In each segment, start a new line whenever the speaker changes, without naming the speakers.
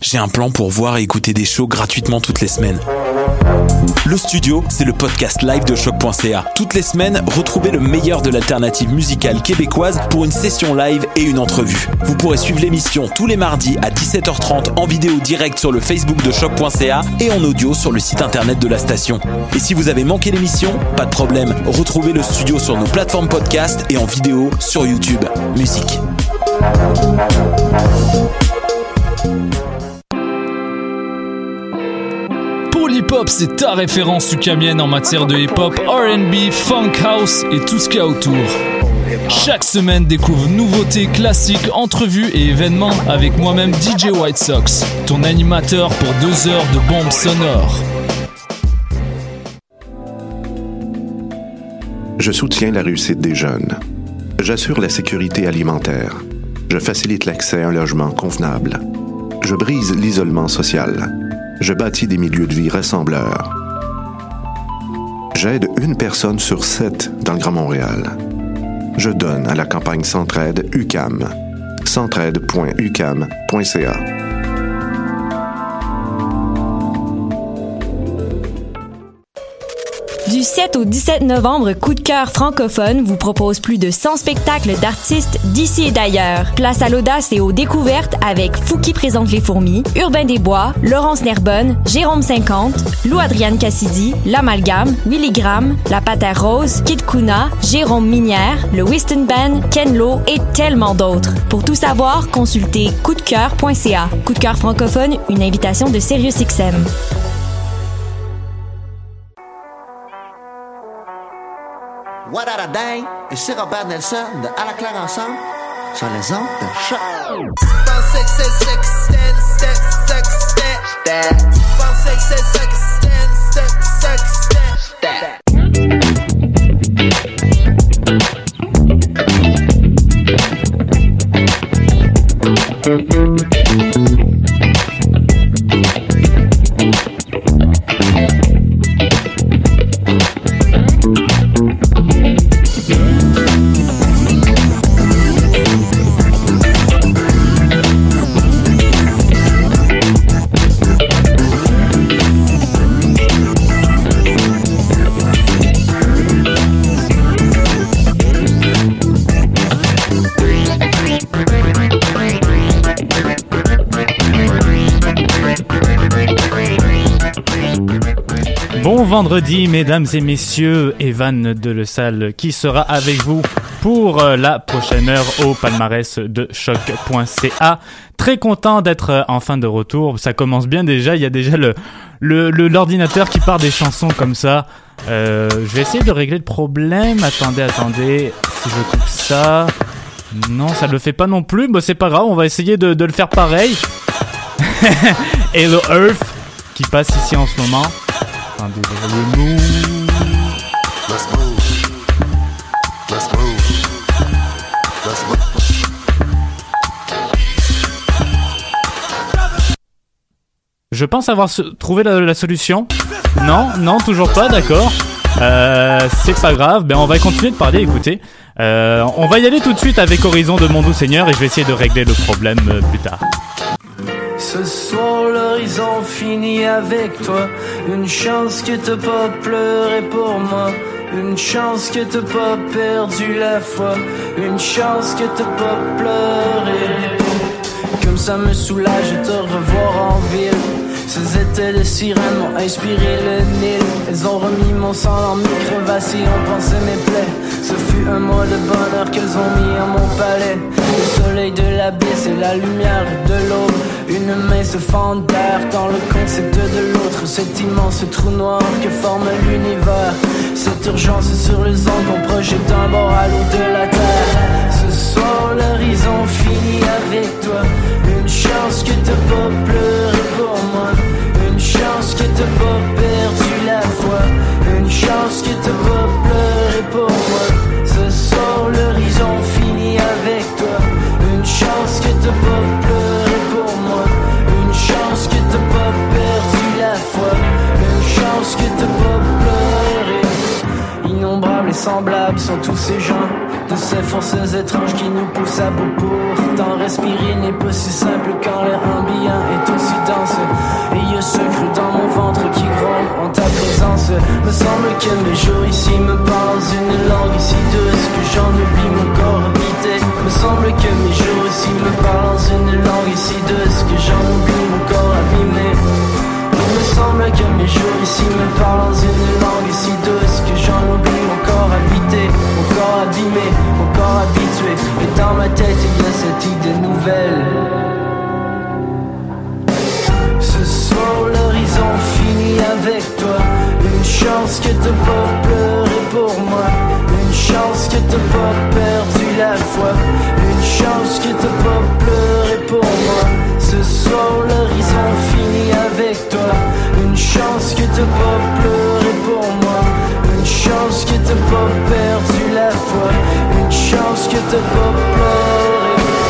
j'ai un plan pour voir et écouter des shows gratuitement toutes les semaines. Le Studio, c'est le podcast live de choc.ca. Toutes les semaines, retrouvez le meilleur de l'alternative musicale québécoise pour une session live et une entrevue. Vous pourrez suivre l'émission tous les mardis à 17h30 en vidéo directe sur le Facebook de choc.ca et en audio sur le site internet de la station. Et si vous avez manqué l'émission, pas de problème, retrouvez le Studio sur nos plateformes podcast et en vidéo sur YouTube. Musique.
Polypop, c'est ta référence ukamienne en matière de hip-hop, R&B, funk house et tout ce qu'il y a autour. Chaque semaine, découvre nouveautés, classiques, entrevues et événements avec moi-même DJ White Sox, ton animateur pour 2 heures de bombes sonores.
Je soutiens la réussite des jeunes. J'assure la sécurité alimentaire. Je facilite l'accès à un logement convenable. Je brise l'isolement social. Je bâtis des milieux de vie rassembleurs. J'aide 1 personne sur 7 dans le Grand Montréal. Je donne à la campagne Centraide UQAM. centraide.uqam.ca.
Du 7 au 17 novembre, Coup de cœur francophone vous propose plus de 100 spectacles d'artistes d'ici et d'ailleurs. Place à l'audace et aux découvertes avec Fouki présente les fourmis, Urbain Desbois, Laurence Nerbonne, Jérôme 50, Lou-Adrienne Cassidy, L'Amalgame, Willy Graham, La Patère Rose, Kid Kuna, Jérôme Minière, le Whiston Band, Ken Lo et tellement d'autres. Pour tout savoir, consultez coupdecoeur.ca. Coup de cœur francophone, une invitation de SiriusXM.
What a dang, ici Robert Nelson de À la claire ensemble sur les ondes de choc.
Bon vendredi, mesdames et messieurs, Evan de Le Salle qui sera avec vous pour la prochaine heure au palmarès de choc.ca. Très content d'être enfin de retour. Ça commence bien déjà. Il y a déjà l'ordinateur qui part des chansons comme ça. Je vais essayer de régler le problème. Attendez. Si je coupe ça. Non, ça le fait pas non plus. Bon, c'est pas grave. On va essayer de le faire pareil. Hello Earth qui passe ici en ce moment. Attendez, je pense avoir trouvé la solution. Non, toujours pas, d'accord. C'est pas grave, on va continuer de parler, écoutez. On va y aller tout de suite avec Horizon de Mon Doux Seigneur et je vais essayer de régler le problème plus tard.
Ce soir l'horizon finit avec toi. Une chance que t'as pas pleuré pour moi. Une chance que t'as pas perdu la foi. Une chance que t'as pas pleuré. Comme ça me soulage de te revoir en ville. Ces étés de sirènes m'ont inspiré le Nil. Elles ont remis mon sang dans mes crevasses et ont pansé mes plaies. Ce fut un mois de bonheur qu'elles ont mis à mon palais. Le soleil de l'abysse et la lumière de l'aube. Une main se fend d'air dans le coin, c'est deux de l'autre. Cet immense trou noir que forme l'univers. Cette urgence sur les ondes qu'on projette d'un bord à l'autre de la terre. Ce soir l'horizon finit avec toi. Une chance que t'as pas pleuré pour moi. Une chance que t'as pas perdu la foi. Une chance que t'as pas pleuré pour moi. Ce soir l'horizon finit avec toi. Une chance que t'as pas pleuré pour moi. Une chance que t'as pas perdu la foi. Une chance que t'as pas pleuré. Innombrables et semblables sont tous ces gens de ces forces étranges qui nous poussent à bout. Pourtant respirer n'est pas si simple quand l'air ambiant est aussi dense. Et il y a ce creux dans mon ventre qui gronde en ta présence. Me semble que mes jours ici me parlent une langue si douce que j'en oublie mon corps habité. Me semble que mes jours ici me parlent une langue si douce que j'en oublie mon corps abîmé. Il me semble que mes jours ici me parlent une langue si douce que j'en oublie mon corps habité, mon corps abîmé, mon corps habitué. Et dans ma tête il y a cette idée nouvelle. Ce soir l'horizon finit avec toi. Une chance que t'as pas pleuré pour moi. Une chance que t'as pas perdu la foi. Une chance que t'as pas pleuré pour moi. Ce soir l'horizon finit avec toi. Une chance que t'as pas pleuré pour moi. Une chance que t'as pas perdu la foi. Une chance que t'as pas pleuré.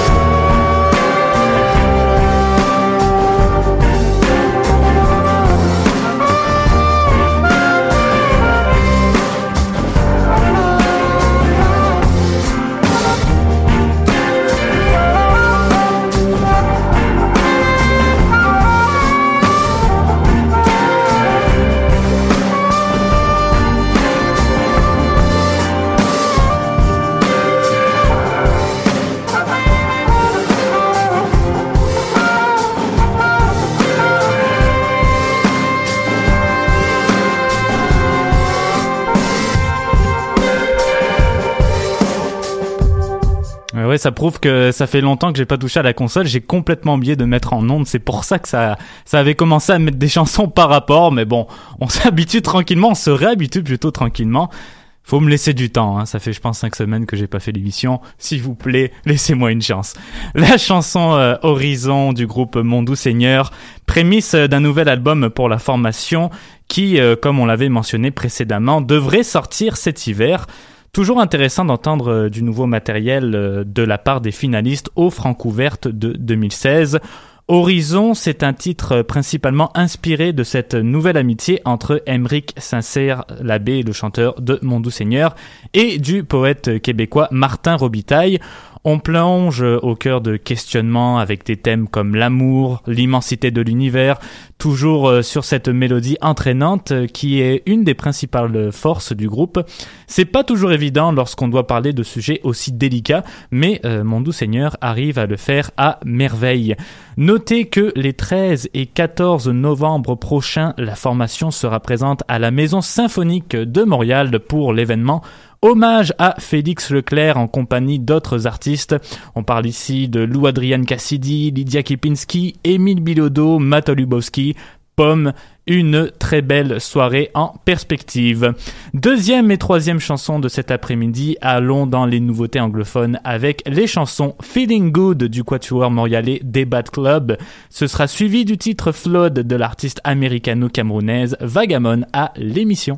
Ouais, ça prouve que ça fait longtemps que j'ai pas touché à la console. J'ai complètement oublié de mettre en onde. C'est pour ça que ça avait commencé à mettre des chansons par rapport. Mais bon, on s'habitue tranquillement, on se réhabitue plutôt tranquillement. Faut me laisser du temps, hein. Ça fait, je pense, 5 semaines que j'ai pas fait l'émission. S'il vous plaît, laissez-moi une chance. La chanson Horizon du groupe Mon Doux Seigneur, prémisse d'un nouvel album pour la formation qui, comme on l'avait mentionné précédemment, devrait sortir cet hiver. Toujours intéressant d'entendre du nouveau matériel de la part des finalistes aux Francouvertes de 2016. Horizon, c'est un titre principalement inspiré de cette nouvelle amitié entre Aymeric Sinclair-Labbé, le chanteur de Mon Doux Seigneur, et du poète québécois Martin Robitaille. On plonge au cœur de questionnements avec des thèmes comme l'amour, l'immensité de l'univers, toujours sur cette mélodie entraînante qui est une des principales forces du groupe. C'est pas toujours évident lorsqu'on doit parler de sujets aussi délicats, mais Mon Doux Seigneur arrive à le faire à merveille. Notez que les 13 et 14 novembre prochains, la formation sera présente à la Maison Symphonique de Montréal pour l'événement Hommage à Félix Leclerc en compagnie d'autres artistes. On parle ici de Lou Adrian Cassidy, Lydia Kipinski, Émile Bilodeau, Matt Lubowski, Pomme. Une très belle soirée en perspective. Deuxième et troisième chanson de cet après-midi, allons dans les nouveautés anglophones avec les chansons Feeling Good du quatuor montréalais des Bad Club. Ce sera suivi du titre Flood de l'artiste américano-camerounaise Vagamon à l'émission.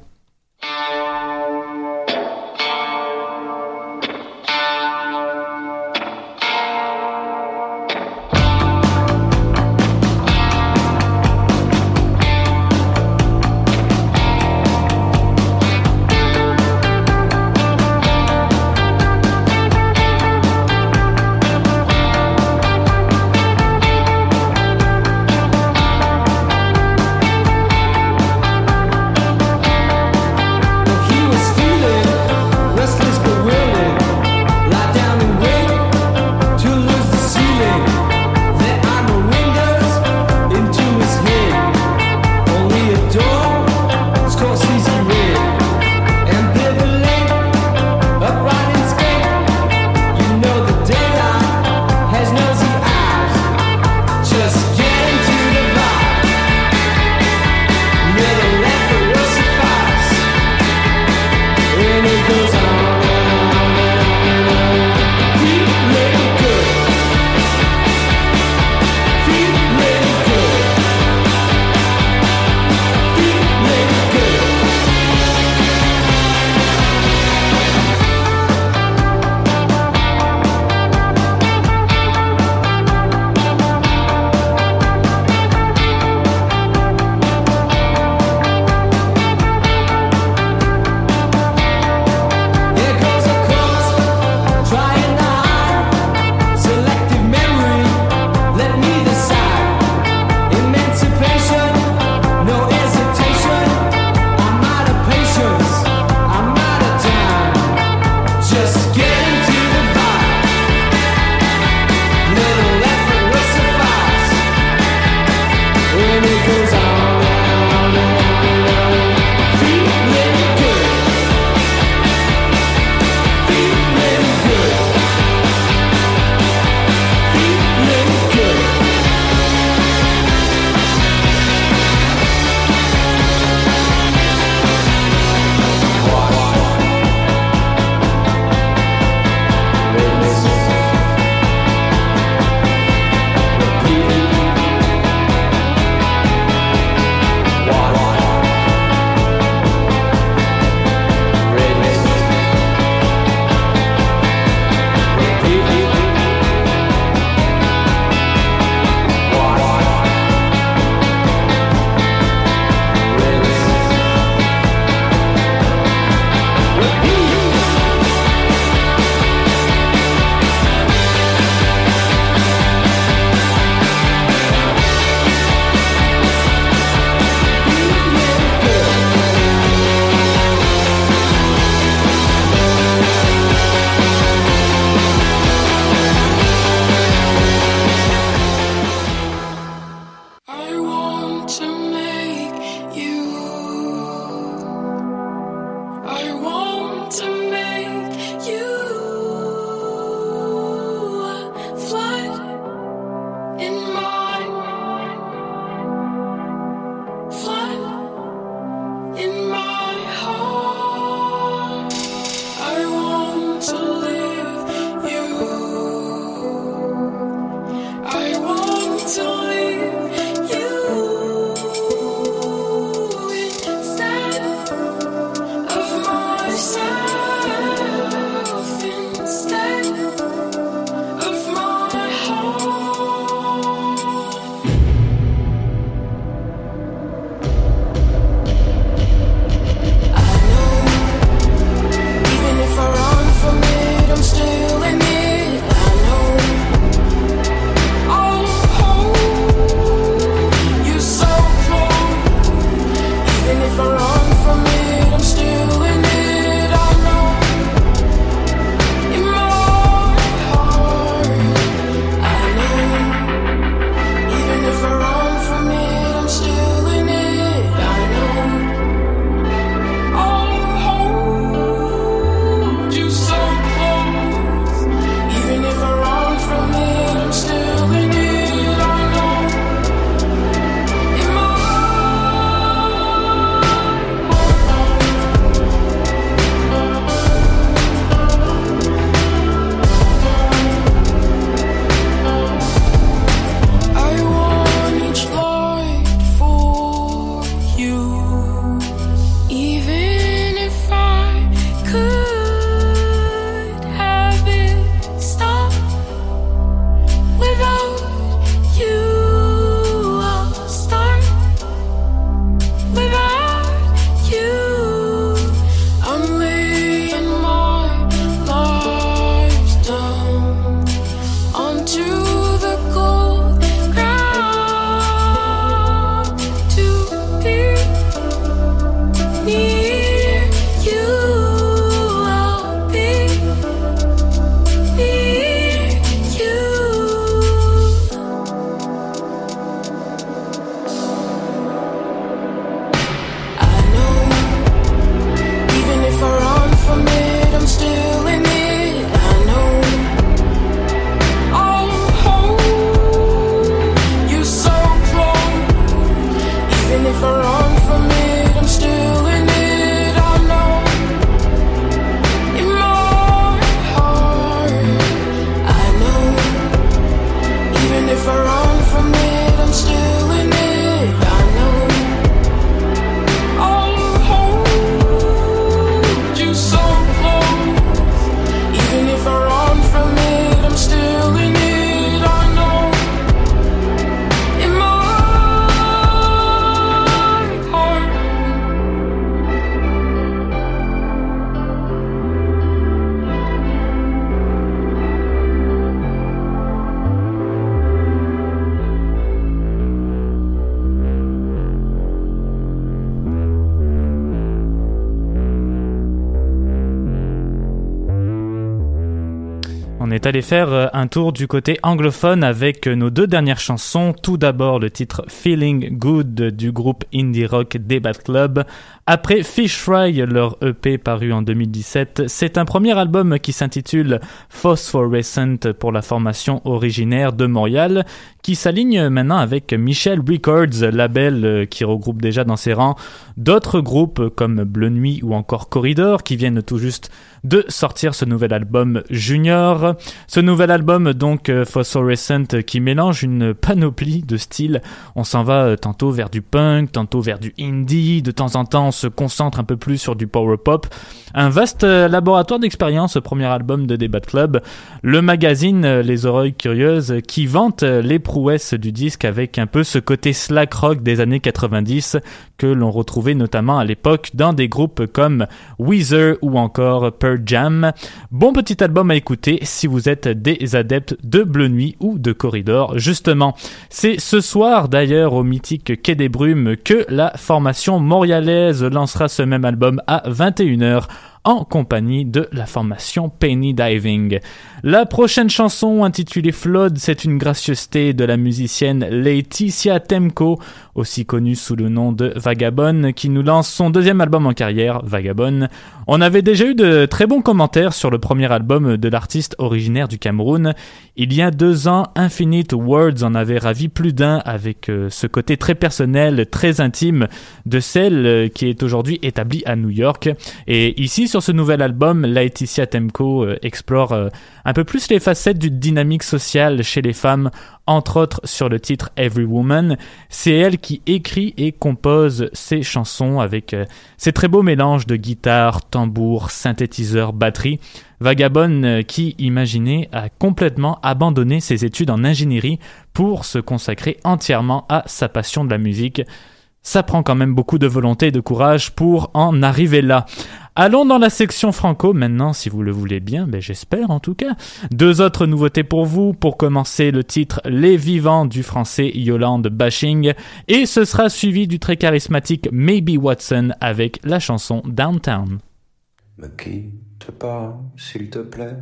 On est allé faire un tour du côté anglophone avec nos deux dernières chansons. Tout d'abord le titre Feeling Good du groupe indie rock Debate Club. Après Fish Fry, leur EP paru en 2017, c'est un premier album qui s'intitule Phosphorescent pour la formation originaire de Montréal, qui s'aligne maintenant avec Michel Records, label qui regroupe déjà dans ses rangs d'autres groupes comme Bleu Nuit ou encore Corridor, qui viennent tout juste de sortir ce nouvel album Junior. Ce nouvel album, donc Phosphorescent, qui mélange une panoplie de styles. On s'en va tantôt vers du punk, tantôt vers du indie, de temps en temps on se concentre un peu plus sur du power pop. Un vaste laboratoire d'expérience, ce premier album de Debate Club. Le magazine Les Oreilles Curieuses qui vante les prouesses du disque avec un peu ce côté slack rock des années 90 que l'on retrouvait notamment à l'époque dans des groupes comme Weezer ou encore Pearl Jam. Bon petit album à écouter si vous êtes des adeptes de Bleu Nuit ou de Corridor. Justement, c'est ce soir d'ailleurs au mythique Quai des Brumes que la formation montréalaise lancera ce même album à 21h en compagnie de la formation Penny Diving. La prochaine chanson intitulée Flood, c'est une gracieuseté de la musicienne Laetitia Temko, aussi connue sous le nom de Vagabond, qui nous lance son deuxième album en carrière, Vagabond. On avait déjà eu de très bons commentaires sur le premier album de l'artiste originaire du Cameroun. Il y a 2 ans, Infinite Words en avait ravi plus d'un avec ce côté très personnel, très intime de celle qui est aujourd'hui établie à New York. Et ici, sur ce nouvel album, Laetitia Temko explore un peu plus les facettes du dynamique social chez les femmes, entre autres sur le titre Every Woman. C'est elle qui écrit et compose ses chansons avec ces très beaux mélanges de guitare, tambour, synthétiseur, batterie. Vagabond qui, imaginez, a complètement abandonné ses études en ingénierie pour se consacrer entièrement à sa passion de la musique. Ça prend quand même beaucoup de volonté et de courage pour en arriver là. Allons dans la section franco maintenant, si vous le voulez bien, j'espère en tout cas. 2 autres nouveautés pour vous. Pour commencer, le titre Les Vivants du français Yolande Bashing, et ce sera suivi du très charismatique Maybe Watson avec la chanson Downtown.
Me quitte pas, s'il te plaît.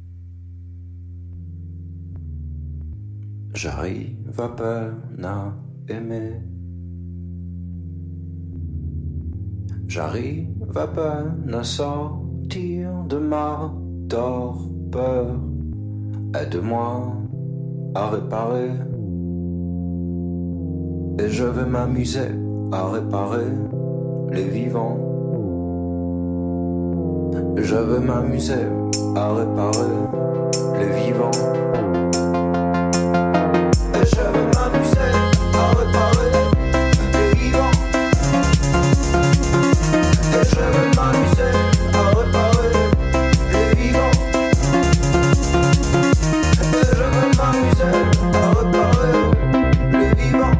J'arrive à peine à aimer. J'arrive à peine à sortir de ma torpeur. Aide-moi à réparer. Et je vais m'amuser à réparer les vivants. Je vais m'amuser à réparer les vivants. Et je vais m'amuser à réparer les vivants. Et je vais m'amuser à réparer les vivants. Et je vais m'amuser à réparer les vivants.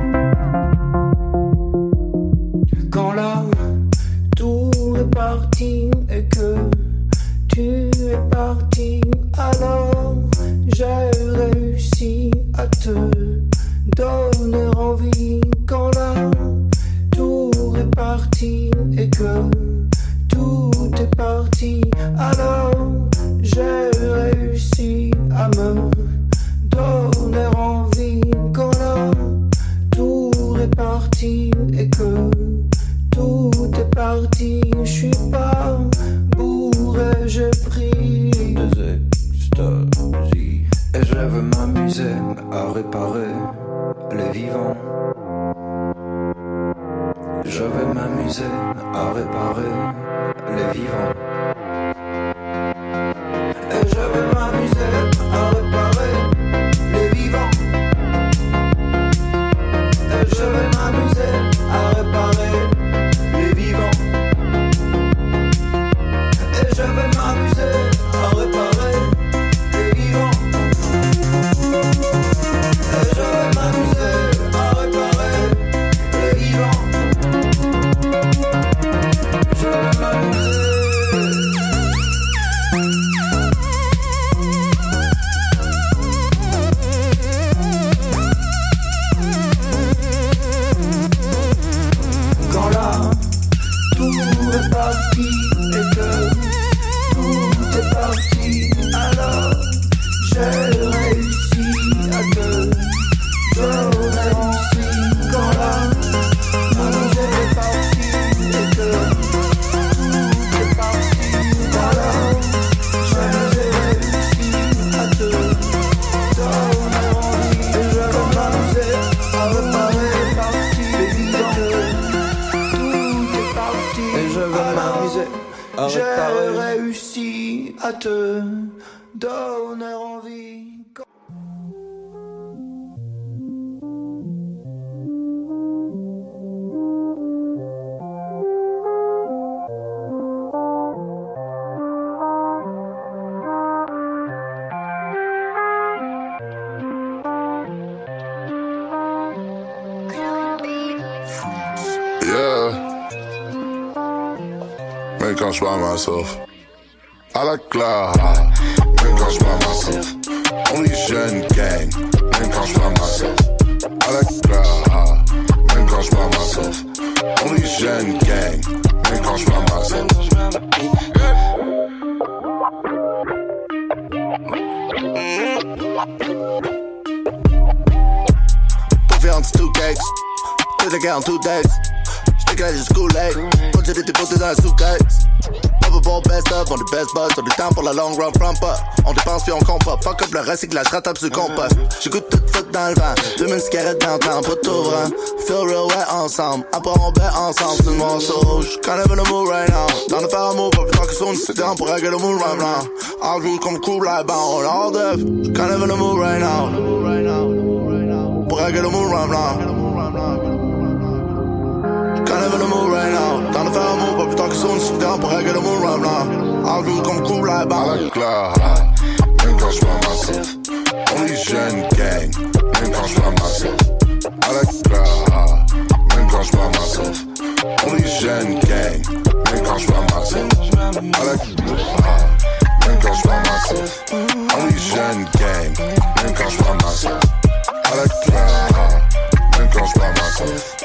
Quand la tour est partie et que tu es parti, alors j'ai réussi à te donner envie. Quand la tour est partie et que tout est parti, alors j'ai réussi à me donner envie. Quand la tour est partie et que tout est parti, je suis pas bourré, j'ai pris des extasies. Et je veux m'amuser à réparer les vivants. Je vais m'amuser à réparer les vivants. Et je vais m'amuser à réparer les vivants. Et je vais m'amuser à réparer les vivants. Et je vais m'amuser à réparer les vivants. Et je vais m'amuser à réparer les vivants. Je vais m'amuser. Quand la tour est partie et que tout est parti, alors disais, j'ai réussi à te donner envie.
Même quand je by myself, I like love. Même quand je by myself, only jeune gang. Même quand je by myself, I like love. Même quand je by myself, only jeune gang. Même quand je by myself.
Buffet on 2 cakes, tout le gars en 2 days. J'décalais jusqu'au late, quand j'ai été posé dans la sous-caisse. Bubble best up, on est best buds, on est temps pour la long run front up. On dépense puis on compte pas, fuck up le reste, c'est que la rattrape sur le compost. J'écoute toute foot dans le vent, fume une cigarette dans le temps, pas t'ouvrant. Feel real ouais ensemble, après on bet ensemble, c'est le morceau rouge. Kind of in the mood right now, dans le faire un move, pas plus tard que son sit down pour régler le mood right now. All good comme cool like bound, all deaf. Kind of in the mood right now, pour régler le mood right now. Kind of in the mood right now. Dans le faire un move, pas plus tard que son sit down pour régler le mood right now. All good comme cool like bound.
I like love. Même quand je by myself, only jeune gang. Même quand je by myself, I like love. Même quand je by myself, only jeune gang. Même quand je by myself, I like love. Même quand je by myself, only jeune gang. Même quand je by myself, I like love. Même quand je by myself.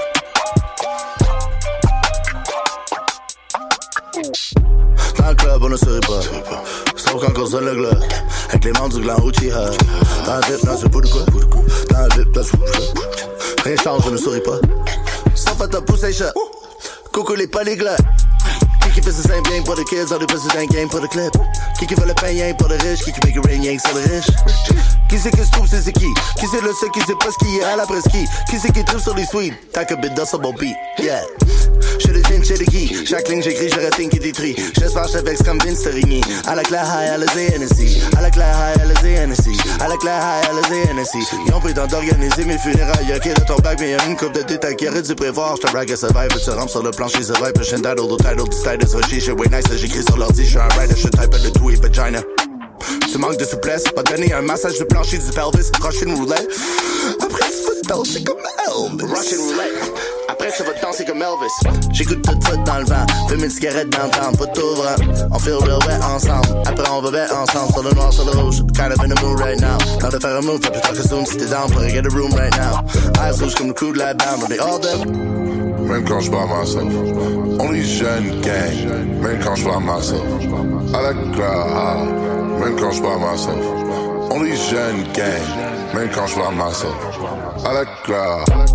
Dans le club, on ne sourit pas. Sauf quand on sonne le globe. Avec les membres du clan Uchiha. Dans le VIP, non, c'est pour de quoi. Dans le VIP, place où je rien change, on ne sourit pas. Sauf à ta pousse et chat. Coucou les polyglottes. Qui fait ce same bien pour les kids, on est pas sur un game pour le clip. Qui veut le pain rien pour les riches, qui make it rain rien sur les riches. Qui c'est qui se trouve, c'est qui? Qui c'est le seul qui sait pas ce qui est à la presqu'île? Qui c'est qui trouve sur les sweets? T'as que bit dans son bon beat, yeah. J'suis le gin, j'suis le key. Chaque ligne j'écris, j'aurais think qui détruit. J'espère j'avais comme Vince Torigny. I like la high, I like the Hennessy. I like la high, I like the Hennessy. I like la high, I like the Hennessy. Ils ont pris le temps d'organiser mes funérailles. Ok, de ton bac, mais y'a une coupe de détails qui aurait dû prévoir. J'te brag à survive, tu rampes sur le plancher, survive. Prochain title, le title du style, c'est shit, way nice, j'écris sur l'ordi, j'suis un rider, j'te type de tout et vagina. Tu manques de souplesse, va donner un massage de plancher du pelvis, Russian roulette. Après tu vas danser comme Elvis. Russian roulette. Après tu vas danser comme Elvis. J'écoute toute foot dans le vent, fume une cigarette dans le temps, pas t'ouvrant. On feel real wet ensemble, après on va bet ensemble. Sur le noir, sur le rouge, kind of in the mood right now. Temps de faire un move, fait plus tard que soon, si t'es down, pour get a room right now. Eyes rouge comme le crew de la band, on est all deaf.
Même quand je by myself, only jeune gang. Même quand je by myself, I like love. Même quand je by myself, only jeune gang. Même quand je by myself, I like love.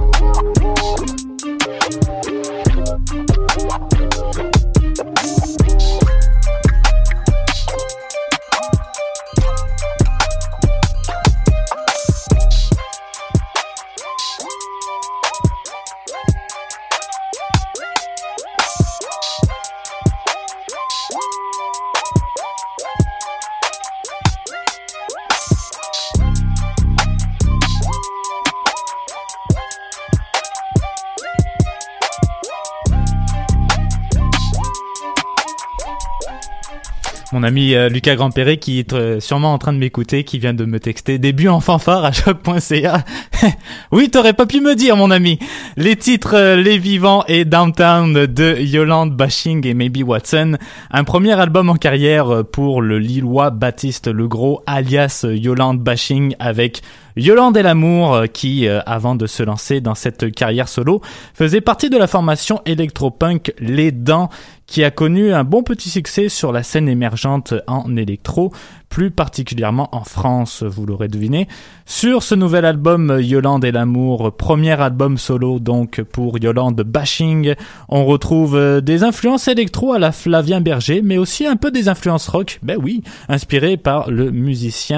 Mon ami Lucas Grandperret qui est sûrement en train de m'écouter, qui vient de me texter début en fanfare à choc.ca. Oui, t'aurais pas pu me dire, mon ami. Les titres Les Vivants et Downtown de Yolande Bashing et Maybe Watson. Un premier album en carrière pour le Lillois Baptiste Legros, alias Yolande Bashing, avec Yolande et l'amour, qui, avant de se lancer dans cette carrière solo, faisait partie de la formation électropunk Les Dents, qui a connu un bon petit succès sur la scène émergente en électro, plus particulièrement en France, vous l'aurez deviné. Sur ce nouvel album Yolande et l'amour, premier album solo donc pour Yolande Bashing, on retrouve des influences électro à la Flavien Berger, mais aussi un peu des influences rock, ben oui, inspirées par le musicien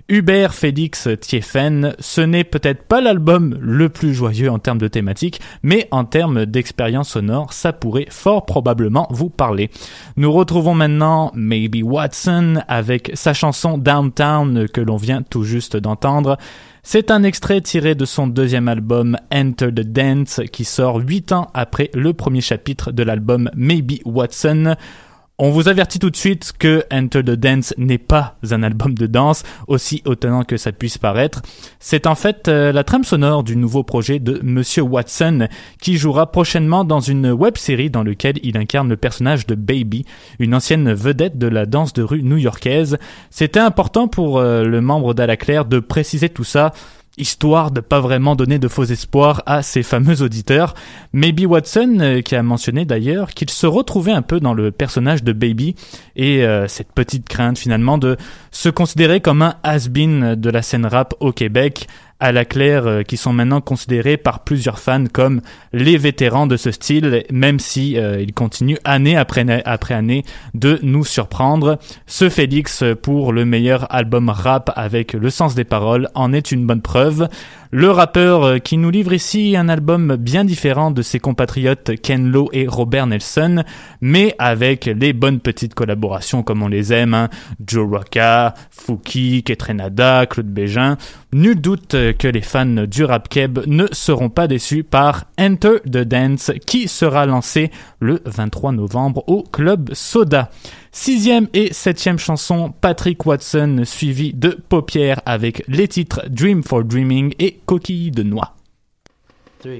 Hubert Félix Thieffen, ce n'est peut-être pas l'album le plus joyeux en termes de thématique, mais en termes d'expérience sonore, ça pourrait fort probablement vous parler. Nous retrouvons maintenant Maybe Watson avec sa chanson Downtown que l'on vient tout juste d'entendre. C'est un extrait tiré de son deuxième album Enter the Dance qui sort 8 ans après le premier chapitre de l'album Maybe Watson. On vous avertit tout de suite que Enter the Dance n'est pas un album de danse, aussi étonnant que ça puisse paraître. C'est en fait la trame sonore du nouveau projet de Monsieur Watson, qui jouera prochainement dans une web-série dans laquelle il incarne le personnage de Baby, une ancienne vedette de la danse de rue new-yorkaise. C'était important pour le membre d'À la Claire de préciser tout ça, histoire de pas vraiment donner de faux espoirs à ses fameux auditeurs. Maybe Watson qui a mentionné d'ailleurs qu'il se retrouvait un peu dans le personnage de Baby et cette petite crainte finalement de se considérer comme un has-been de la scène rap au Québec. À la Claire qui sont maintenant considérés par plusieurs fans comme les vétérans de ce style, même si ils continuent année après année de nous surprendre. Ce Félix, pour le meilleur album rap avec le sens des paroles, en est une bonne preuve. Le rappeur qui nous livre ici un album bien différent de ses compatriotes Ken Lo et Robert Nelson, mais avec les bonnes petites collaborations comme on les aime, hein. Joe Rocca, Fouki, Ketrenada, Claude Bégin. Nul doute que les fans du rap keb ne seront pas déçus par Enter the Dance qui sera lancé le 23 novembre au Club Soda. 6e et 7e chanson, Patrick Watson suivi de Paupières avec les titres Dream for Dreaming et Coquille de Noix.
3.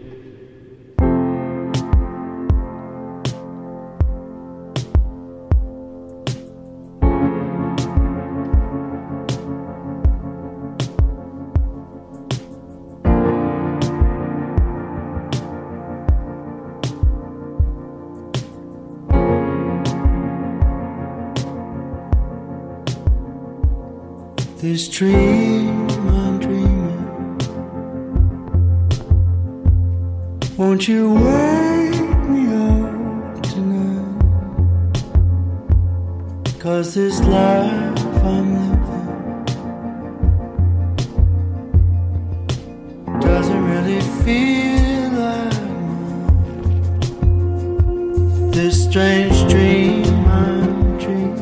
This dream I'm dreaming, won't you wake me up tonight? 'Cause this life I'm living doesn't really feel like mine. This strange dream I'm dreaming,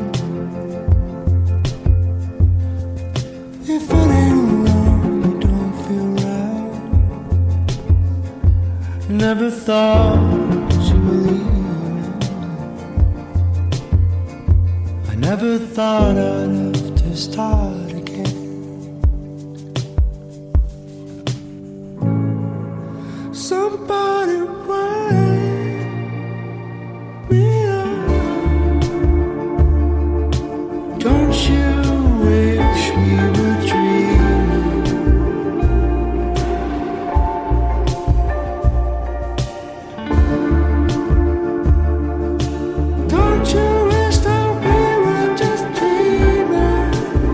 if it ain't wrong, it don't feel right. Never thought you were leaving. I never thought I'd have to start again. Somebody wake me up. Don't you wish we were dreaming? Don't you wish that we were just dreaming?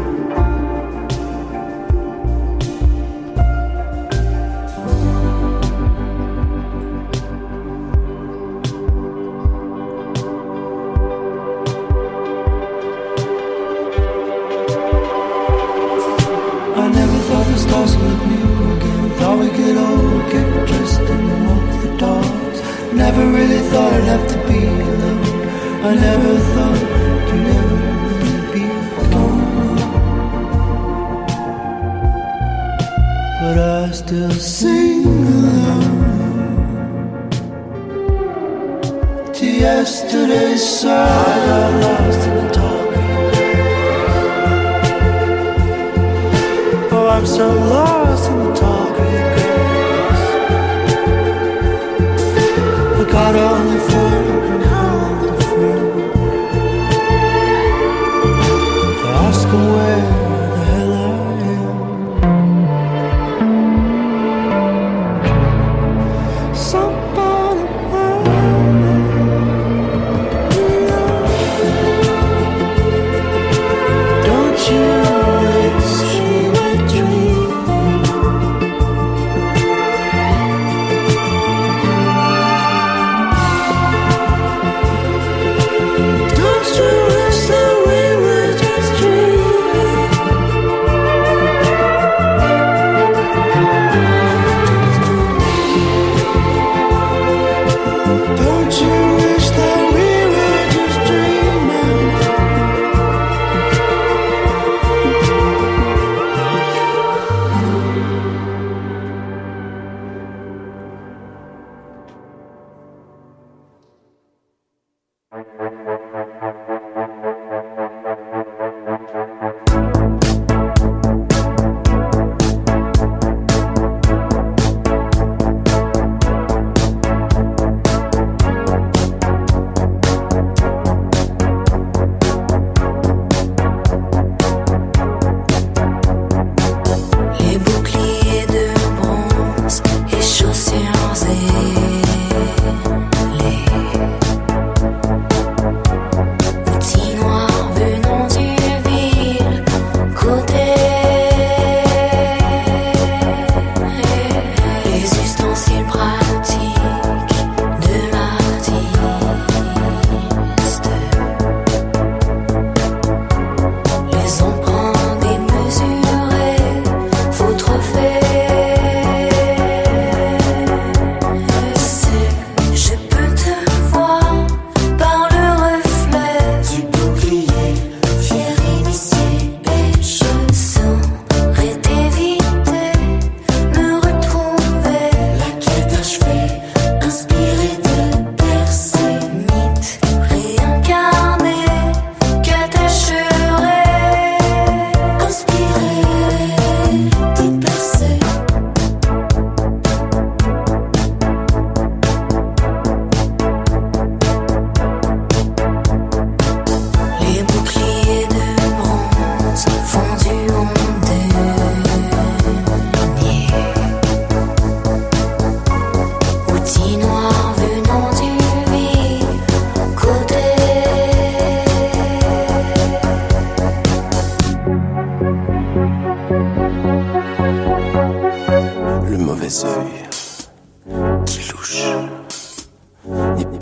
I never thought the stars would look new again. Thought we could all get dressed and walk the dogs. Never really thought I'd have to be alone. I never thought you'd ever really be gone. But I still sing along to yesterday's song. I got lost in the talking grass. Oh, I'm so lost in the talking grass. I got only fun and all the fruit. They ask them where the hell I am. Somebody don't you wish we were dreaming?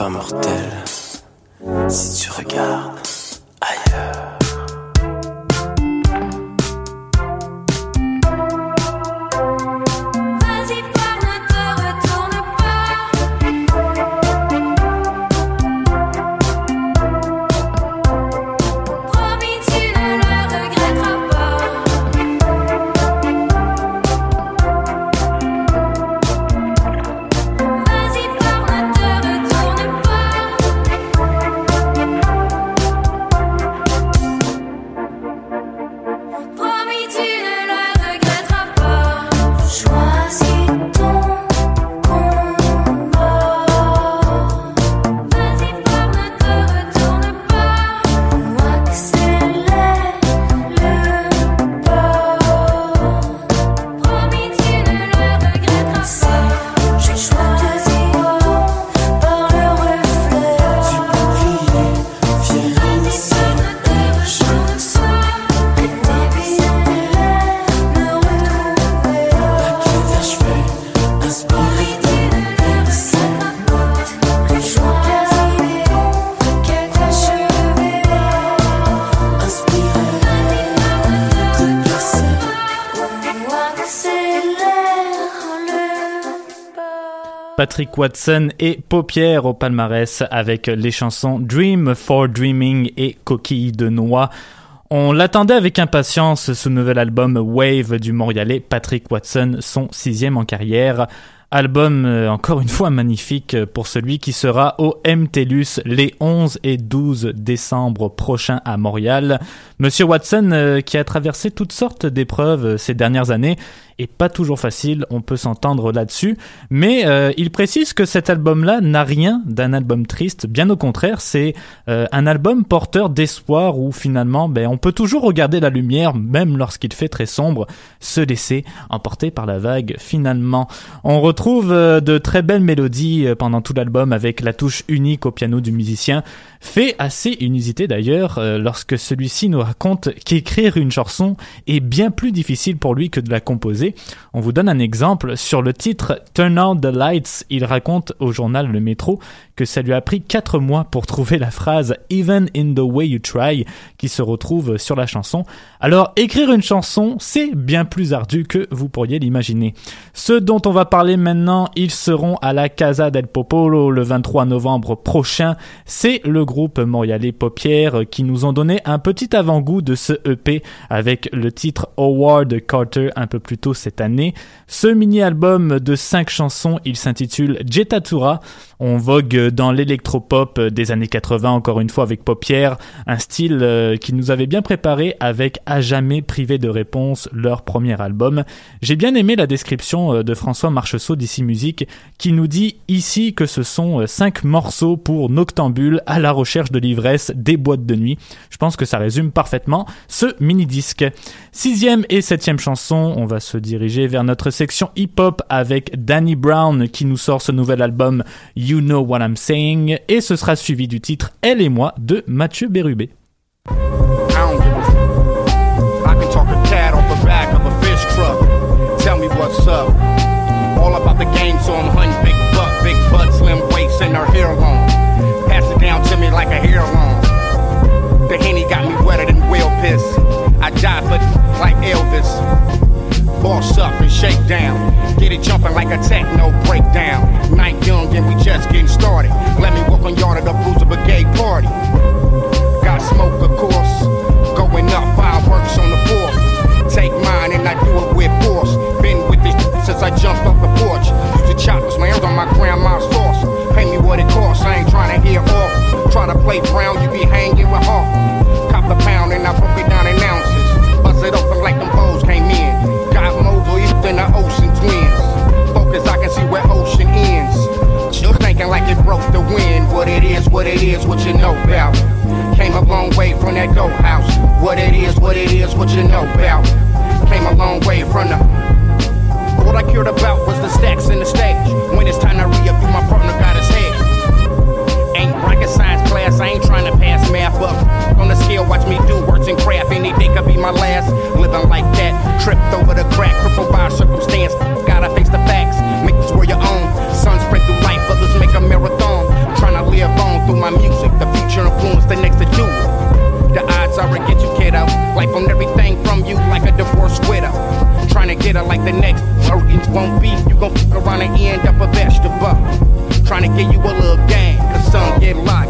sera mortel si tu regardes ailleurs.
Patrick Watson et Paupières au palmarès avec les chansons Dream for Dreaming et Coquille de Noix. On l'attendait avec impatience, ce nouvel album Wave du Montréalais Patrick Watson, son 6e en carrière. Album encore une fois magnifique pour celui qui sera au MTLUS les 11 et 12 décembre prochains à Montréal. Monsieur Watson qui a traversé toutes sortes d'épreuves ces dernières années et pas toujours facile, on peut s'entendre là-dessus, mais il précise que cet album-là n'a rien d'un album triste, bien au contraire, c'est un album porteur d'espoir où finalement on peut toujours regarder la lumière, même lorsqu'il fait très sombre, se laisser emporter par la vague finalement. On retrouve de très belles mélodies pendant tout l'album avec la touche unique au piano du musicien, fait assez inusité d'ailleurs lorsque celui-ci nous raconte qu'écrire une chanson est bien plus difficile pour lui que de la composer. On vous donne un exemple. Sur le titre Turn Out the Lights, il raconte au journal Le Métro que ça lui a pris 4 mois pour trouver la phrase Even in the way you try qui se retrouve sur la chanson. Alors écrire une chanson, c'est bien plus ardu que vous pourriez l'imaginer. Ceux dont on va parler maintenant, ils seront à la Casa del Popolo le 23 novembre prochain. C'est le groupe montréalais Paupières qui nous ont donné un petit avant-goût de ce EP avec le titre Howard Carter un peu plus tôt cette année. Ce mini-album de 5 chansons, il s'intitule Jetatura. On vogue dans l'électropop des années 80, encore une fois avec Paupières, un style qui nous avait bien préparé avec À jamais privé de réponse, leur premier album. J'ai bien aimé la description de François Marcheseau d'Ici Musique qui nous dit ici que ce sont 5 morceaux pour noctambules à la recherche de l'ivresse des boîtes de nuit. Je pense que ça résume parfaitement ce mini-disque. 6e et 7e chanson, on va se diriger vers notre section hip-hop avec Danny Brown qui nous sort ce nouvel album You Know What I'm Saying et ce sera suivi du titre Elle et moi de Mathieu Bérubé.
I can talk a cat off the back of a fish truck. Tell me what's up. All about the game, so I'm hunting big butt, slim waist, and her hair long. Pass it down to me like a hair long. The Henny got me wetter than whale piss. I die for like Elvis. Boss up and shake down. Get it jumping like a techno breakdown. Night young and we just getting started. Let me walk on yard at the Bruiser Brigade party. Got smoke, of course. Going up, fireworks on the 4th. Take mine and I do it with force. Been with this since I jumped off the porch. Used to chop my hands on my grandma's sauce. Pay me what it costs, I ain't trying to hear off. Try to play brown, you be hanging with Hoff. Cop a pound and I broke it down in ounces. Bust it open like them bows came in. Got mobile than the ocean twins. Focus, I can see where ocean ends. Still thinking like it broke the wind. What it is, what you know about. Came a long way from that go house. What it is, what you know about. Came a long way from the... What I cared about was the stacks in the stage. When it's time to re-up, my partner got his head. Ain't rocket science class, I ain't trying to pass math up. On the scale, watch me do words and craft. Any day could be my last. Living like that, tripped over the crack, crippled by a circumstance. Gotta face the facts, make this world your own. Sun spread through life, others make a marathon. Trying to live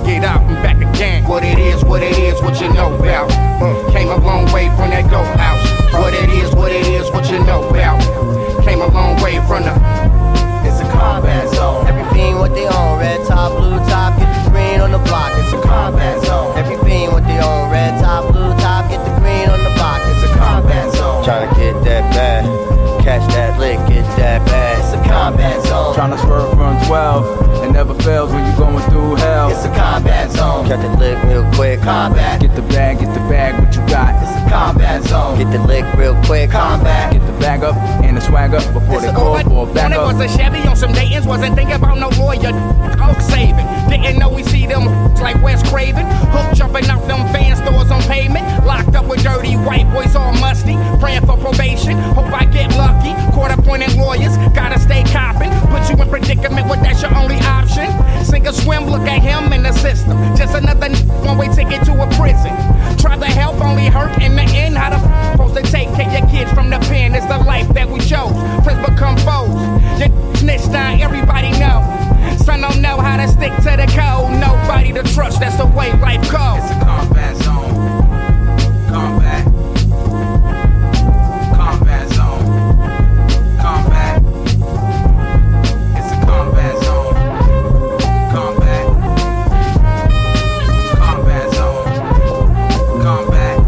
get out and back again. What it is, what you know about. Came a long way from that go house. What it is, what you know about. Came a long way from the.
It's a combat zone. Everything what they own, red top, blue top, get the green on the block. It's a combat zone. Everything what they own, red top, blue top, get the green on the block. It's a combat zone. Tryna get that bag, catch that lick, get that bag. It's a combat zone.
Tryna swerve from 12, it never fails when you going through hell.
It's a combat zone. Catch the lick real quick, combat.
Get the bag, what you got?
It's a combat zone. Get the lick real quick, combat.
Get the bag up and the swag up before they call for a back up.
When it was a Chevy on some Dayton's, wasn't thinking about no lawyer, coke saving. Didn't know we see them like Wes Craven. Hook jumping out them fan stores on pavement. Locked up with dirty white boys all musty. Praying for probation, hope I get lucky. Court-appointed lawyers, gotta stay copping. Put you in predicament when that's your only option. Sink or swim, look at him in the system. Just another one-way ticket to a prison. Try to help, only hurt in the end. How the supposed to take care of your kids from the pen? It's the life that we chose. Friends become foes. Your snitched on, everybody know. Son don't know how to stick to the code. Nobody to trust, that's the way life goes.
It's a combat zone. Combat. Combat zone. Combat. It's a combat zone. Combat. Combat zone. Combat.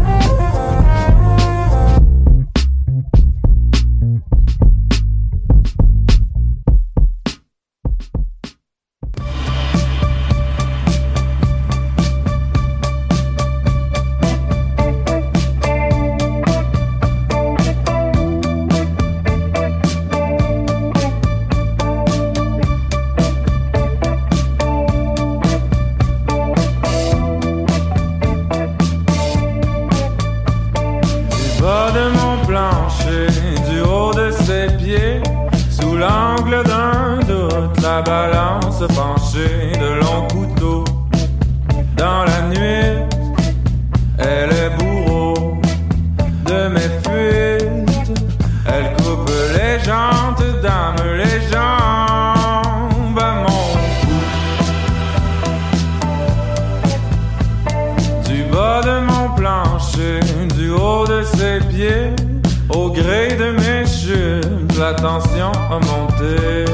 penchée de longs couteaux dans la nuit. Elle est bourreau de mes fuites. Elle coupe les jantes, dame les jambes à mon cou. Du bas de mon plancher, du haut de ses pieds, au gré de mes chutes, la tension a monté.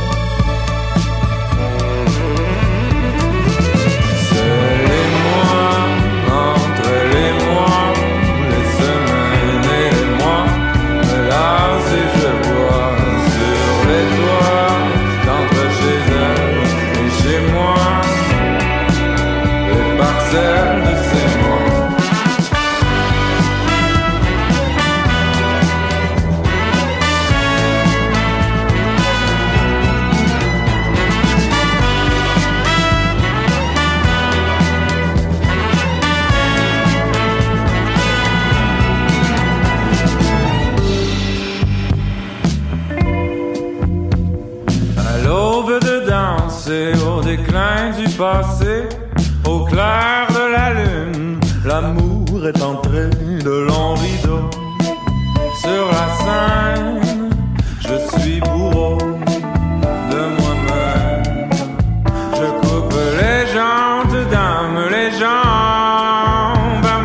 Passé, au clair de la lune, l'amour est entré de longs rideaux. Sur la scène, je suis bourreau de moi-même. Je coupe les jantes, dame les jambes à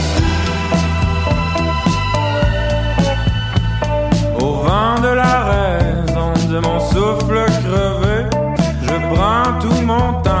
mon. Au vent de la raison, de mon souffle crevé, je prends tout mon temps.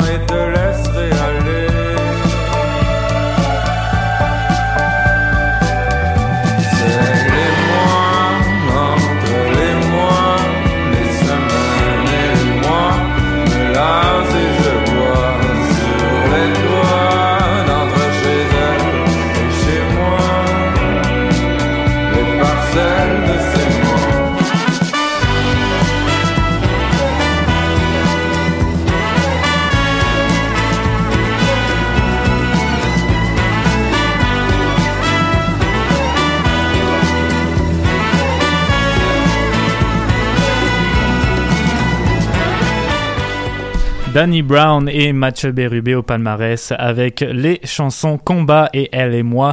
Danny Brown et Mathieu Bérubé au palmarès avec les chansons Combat et Elle et Moi.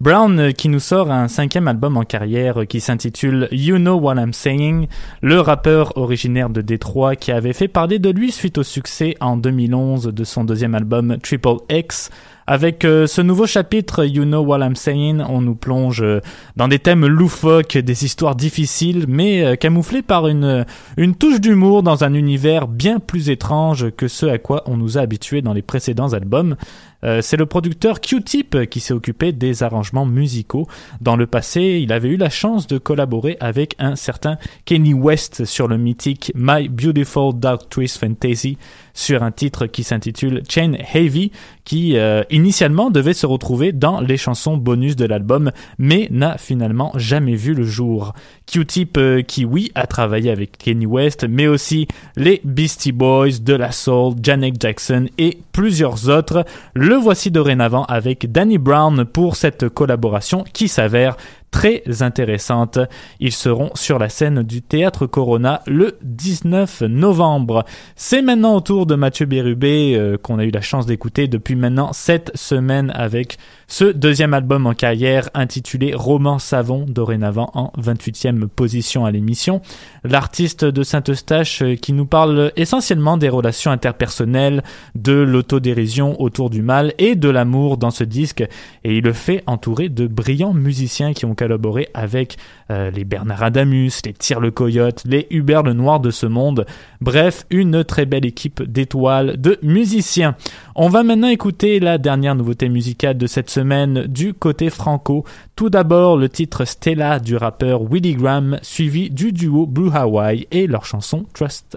Brown qui nous sort un 5e album en carrière qui s'intitule You Know What I'm Saying, le rappeur originaire de Détroit qui avait fait parler de lui suite au succès en 2011 de son 2e album Triple X. Avec ce nouveau chapitre You Know What I'm Saying, on nous plonge dans des thèmes loufoques, des histoires difficiles, mais camouflées par une touche d'humour dans un univers bien plus étrange que ce à quoi on nous a habitués dans les précédents albums. C'est le producteur Q-Tip qui s'est occupé des arrangements musicaux. Dans le passé, il avait eu la chance de collaborer avec un certain Kanye West sur le mythique My Beautiful Dark Twist Fantasy, sur un titre qui s'intitule Chain Heavy, qui initialement devait se retrouver dans les chansons bonus de l'album, mais n'a finalement jamais vu le jour. Q-Tip qui, oui, a travaillé avec Kanye West, mais aussi les Beastie Boys, De La Soul, Janet Jackson et plusieurs autres. Le voici dorénavant avec Danny Brown pour cette collaboration qui s'avère très intéressante. Ils seront sur la scène du Théâtre Corona le 19 novembre. C'est maintenant au tour de Mathieu Bérubé qu'on a eu la chance d'écouter depuis maintenant 7 semaines avec ce 2e album en carrière intitulé Roman Savon, dorénavant en 28e position à l'émission. L'artiste de Saint-Eustache qui nous parle essentiellement des relations interpersonnelles, de l'autodérision autour du mal et de l'amour dans ce disque, et il le fait entouré de brillants musiciens qui ont collaboré avec les Bernard Adamus, les Tire le Coyote, les Hubert le Noir de ce monde. Bref, une très belle équipe d'étoiles, de musiciens. On va maintenant écouter la dernière nouveauté musicale de cette semaine du côté franco. Tout d'abord, le titre Stella du rappeur Willy Graham, suivi du duo Blue Hawaii et leur chanson Trust.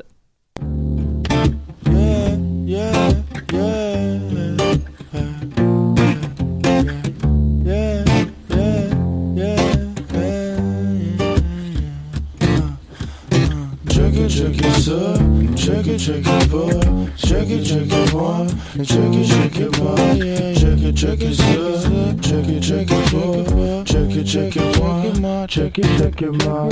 Check it ça, check it pas, check it moi, check it pas, check it ça, check it pas, check it moi, check it moi.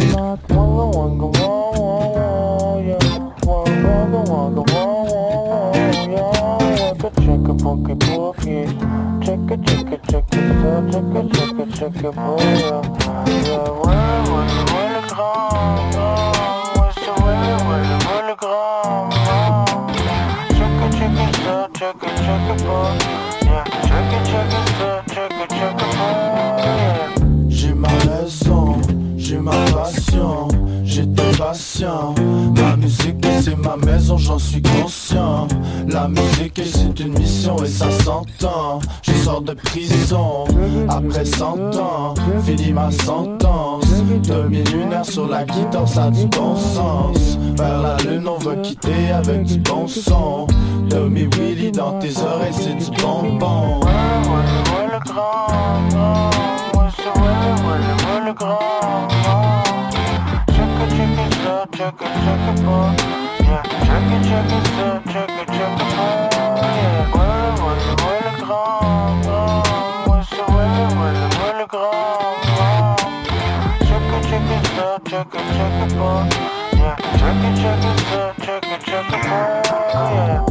J'ai ma raison, j'ai ma passion, j'étais patient. Ma musique c'est ma maison, j'en suis conscient. La musique c'est une mission et ça s'entend. Je sors de prison après 100 ans, fini ma sentence. Demi-lunaire sur la guitare, ça a du bon sens. Vers la lune on va quitter avec du bon son. Tommy Willy dans tes oreilles c'est du bonbon. Ouais le grand, ouais le grand. Check it boy. Yeah, check it boy. Yeah, ouais le grand, ouais le grand. Check it boy. Yeah, check it boy. Yeah.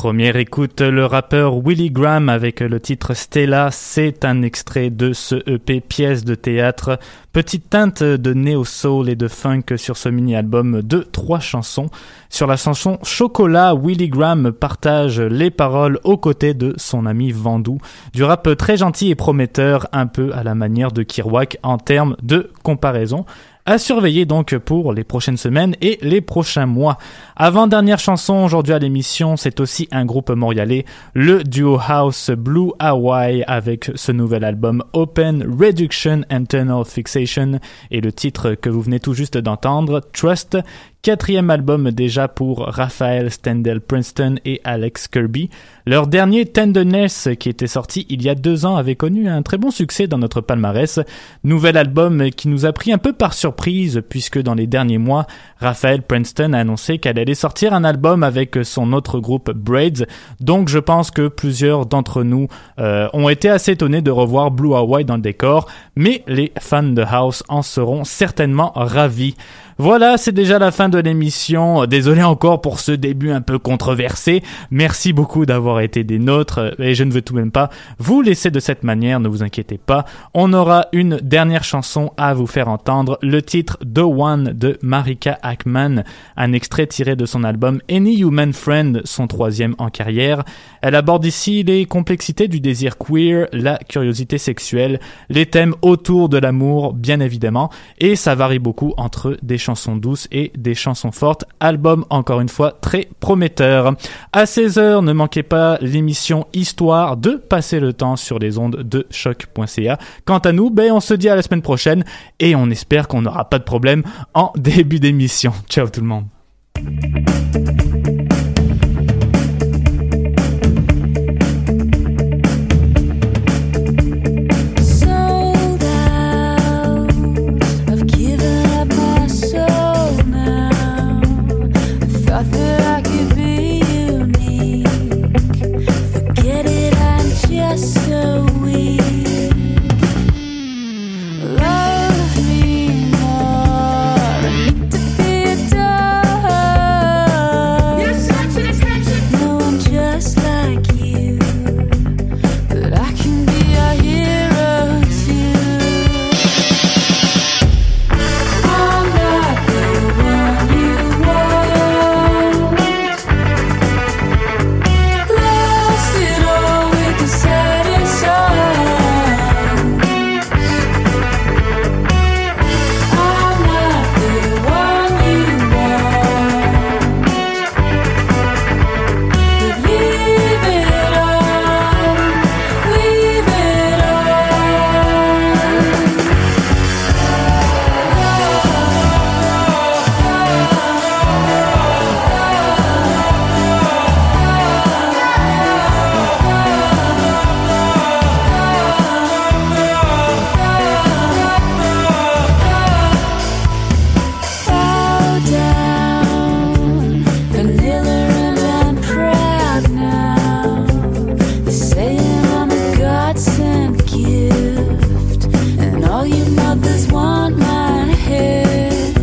première écoute, le rappeur Willy Graham avec le titre Stella, c'est un extrait de ce EP pièce de théâtre. Petite teinte de néo-soul et de funk sur ce mini-album de 3 chansons. Sur la chanson Chocolat, Willy Graham partage les paroles aux côtés de son ami Vandou. Du rap très gentil et prometteur, un peu à la manière de Kerouac en termes de comparaison. À surveiller donc pour les prochaines semaines et les prochains mois. Avant-dernière chanson aujourd'hui à l'émission, c'est aussi un groupe montréalais, le duo house Blue Hawaii avec ce nouvel album Open Reduction Internal Fixation et le titre que vous venez tout juste d'entendre, Trust. 4e album déjà pour Raphaël Stendhal Princeton et Alex Kirby. Leur dernier Tenderness, qui était sorti il y a 2 ans, avait connu un très bon succès dans notre palmarès. Nouvel album qui nous a pris un peu par surprise, puisque dans les derniers mois, Raphaël Princeton a annoncé qu'elle allait sortir un album avec son autre groupe Braids. Donc je pense que plusieurs d'entre nous ont été assez étonnés de revoir Blue Hawaii dans le décor, mais les fans de House en seront certainement ravis. Voilà, c'est déjà la fin de l'émission. Désolé encore pour ce début un peu controversé. Merci beaucoup d'avoir été des nôtres et je ne veux tout de même pas vous laisser de cette manière, ne vous inquiétez pas. On aura une dernière chanson à vous faire entendre, le titre The One de Marika Ackman, un extrait tiré de son album Any Human Friend, son 3e en carrière. Elle aborde ici les complexités du désir queer, la curiosité sexuelle, les thèmes autour de l'amour, bien évidemment, et ça varie beaucoup entre des chansons douces et des chansons fortes. Album, encore une fois, très prometteur. À 16h, ne manquez pas l'émission Histoire de passer le temps sur les ondes de choc.ca. Quant à nous, on se dit à la semaine prochaine et on espère qu'on n'aura pas de problème en début d'émission. Ciao tout le monde.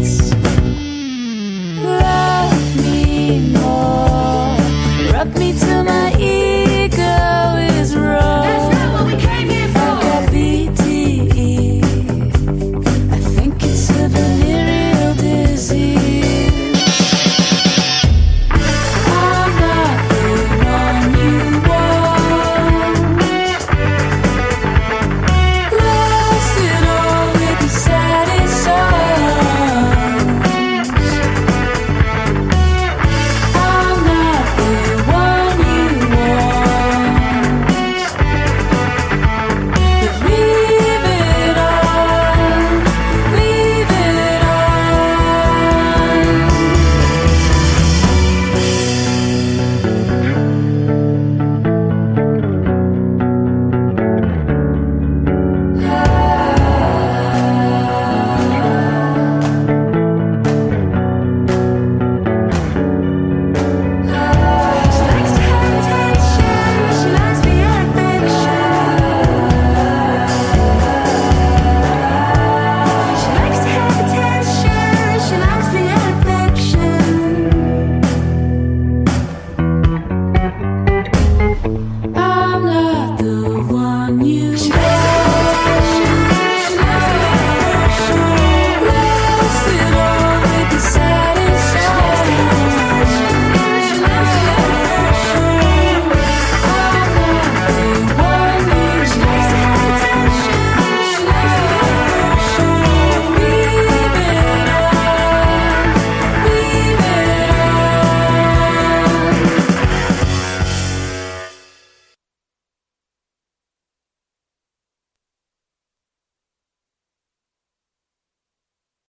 Rock me to